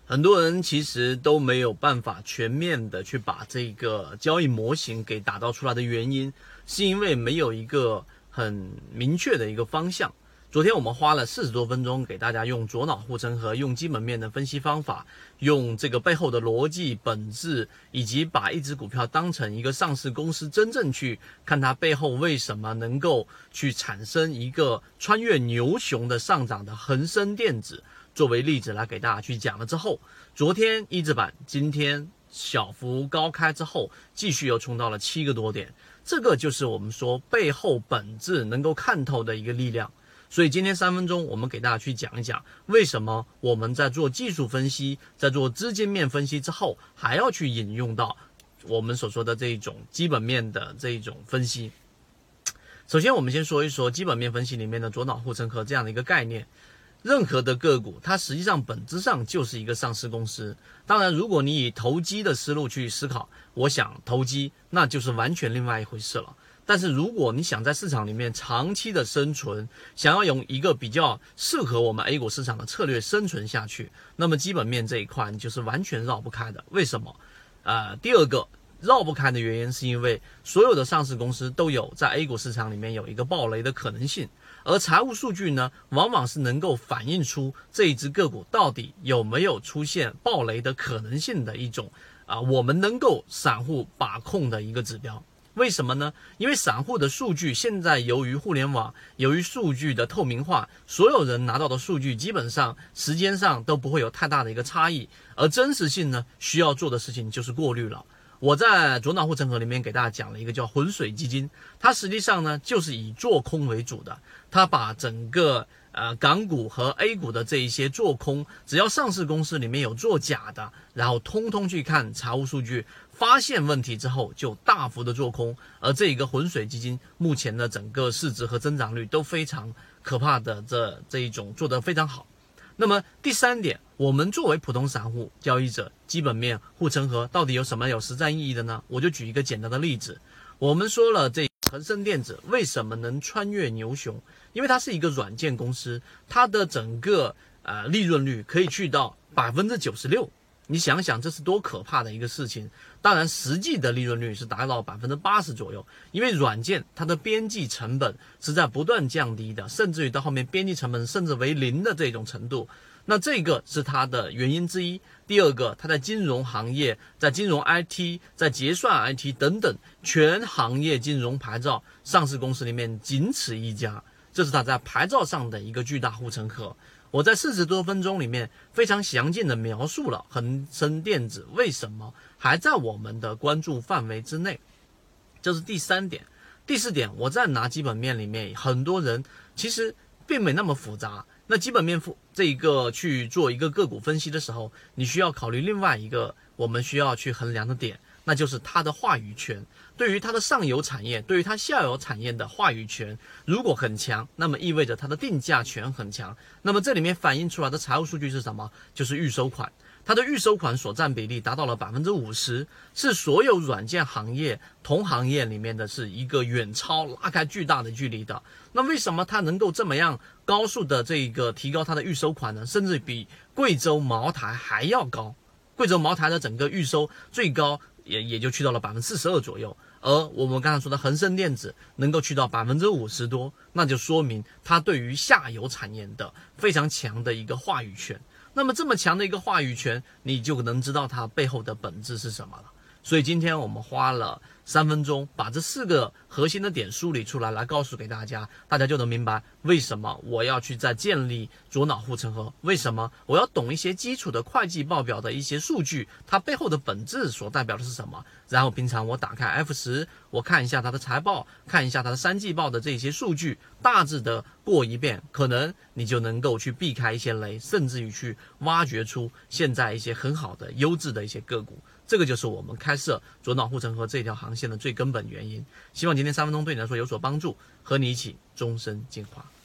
很多人其实都没有办法全面的去把这个交易模型给打造出来的原因，是因为没有一个很明确的一个方向。昨天我们花了40多分钟给大家用左脑护城河，用基本面的分析方法，用这个背后的逻辑本质，以及把一只股票当成一个上市公司，真正去看它背后为什么能够去产生一个穿越牛熊的上涨的恒生电子作为例子来给大家去讲了之后，昨天一字板，今天小幅高开之后，继续又冲到了7个多点，这个就是我们说背后本质能够看透的一个力量。所以今天3分钟我们给大家去讲一讲，为什么我们在做技术分析，在做资金面分析之后，还要去引用到我们所说的这种基本面的这种分析。首先我们先说一说基本面分析里面的左脑护城河这样的一个概念。任何的个股它实际上本质上就是一个上市公司。当然如果你以投机的思路去思考，我想投机那就是完全另外一回事了。但是如果你想在市场里面长期的生存，想要用一个比较适合我们 A 股市场的策略生存下去，那么基本面这一块你就是完全绕不开的。为什么？第二个绕不开的原因是因为所有的上市公司都有在 A 股市场里面有一个爆雷的可能性，而财务数据呢，往往是能够反映出这一只个股到底有没有出现爆雷的可能性的一种我们能够散户把控的一个指标。为什么呢？因为散户的数据现在由于互联网，由于数据的透明化，所有人拿到的数据基本上时间上都不会有太大的一个差异，而真实性呢，需要做的事情就是过滤了。我在左脑护城河里面给大家讲了一个叫浑水基金，它实际上呢就是以做空为主的，它把整个港股和 A 股的这一些做空，只要上市公司里面有做假的，然后通通去看财务数据，发现问题之后就大幅的做空。而这一个浑水基金目前的整个市值和增长率都非常可怕的，这一种做得非常好。那么第三点，我们作为普通散户交易者，基本面护城河到底有什么有实战意义的呢？我就举一个简单的例子。我们说了这恒生电子为什么能穿越牛熊？因为它是一个软件公司，它的整个利润率可以去到96%。你想想这是多可怕的一个事情。当然实际的利润率是达到80%左右，因为软件它的边际成本是在不断降低的，甚至于到后面边际成本甚至为0的这种程度。那这个是它的原因之一。第二个，它在金融行业，在金融 IT， 在结算 IT 等等全行业金融牌照上市公司里面仅此一家，这是它在牌照上的一个巨大护城河。我在40多分钟里面非常详尽的描述了恒生电子为什么还在我们的关注范围之内，这是第3点。第4点，我在拿基本面里面，很多人其实并没那么复杂。那基本面这一个去做一个个股分析的时候，你需要考虑另外一个我们需要去衡量的点，那就是它的话语权。对于它的上游产业，对于它下游产业的话语权如果很强，那么意味着它的定价权很强。那么这里面反映出来的财务数据是什么？就是预收款。它的预收款所占比例达到了50%，是所有软件行业同行业里面的是一个远超拉开巨大的距离的。那为什么它能够这么样高速的这个提高它的预收款呢？甚至比贵州茅台还要高。贵州茅台的整个预收最高也就去到了42%左右，而我们刚才说的恒生电子能够去到50%多，那就说明它对于下游产业的非常强的一个话语权。那么这么强的一个话语权，你就能知道它背后的本质是什么了。所以今天我们花了3分钟把这4个核心的点梳理出来，来告诉给大家，大家就能明白为什么我要去再建立左脑护城河，为什么我要懂一些基础的会计报表的一些数据，它背后的本质所代表的是什么。然后平常我打开 F10， 我看一下它的财报，看一下它的3季报的这些数据，大致的过一遍，可能你就能够去避开一些雷，甚至于去挖掘出现在一些很好的优质的一些个股。这个就是我们开设左脑护城河这条航线的最根本原因。希望今天3分钟对你来说有所帮助，和你一起终身进化。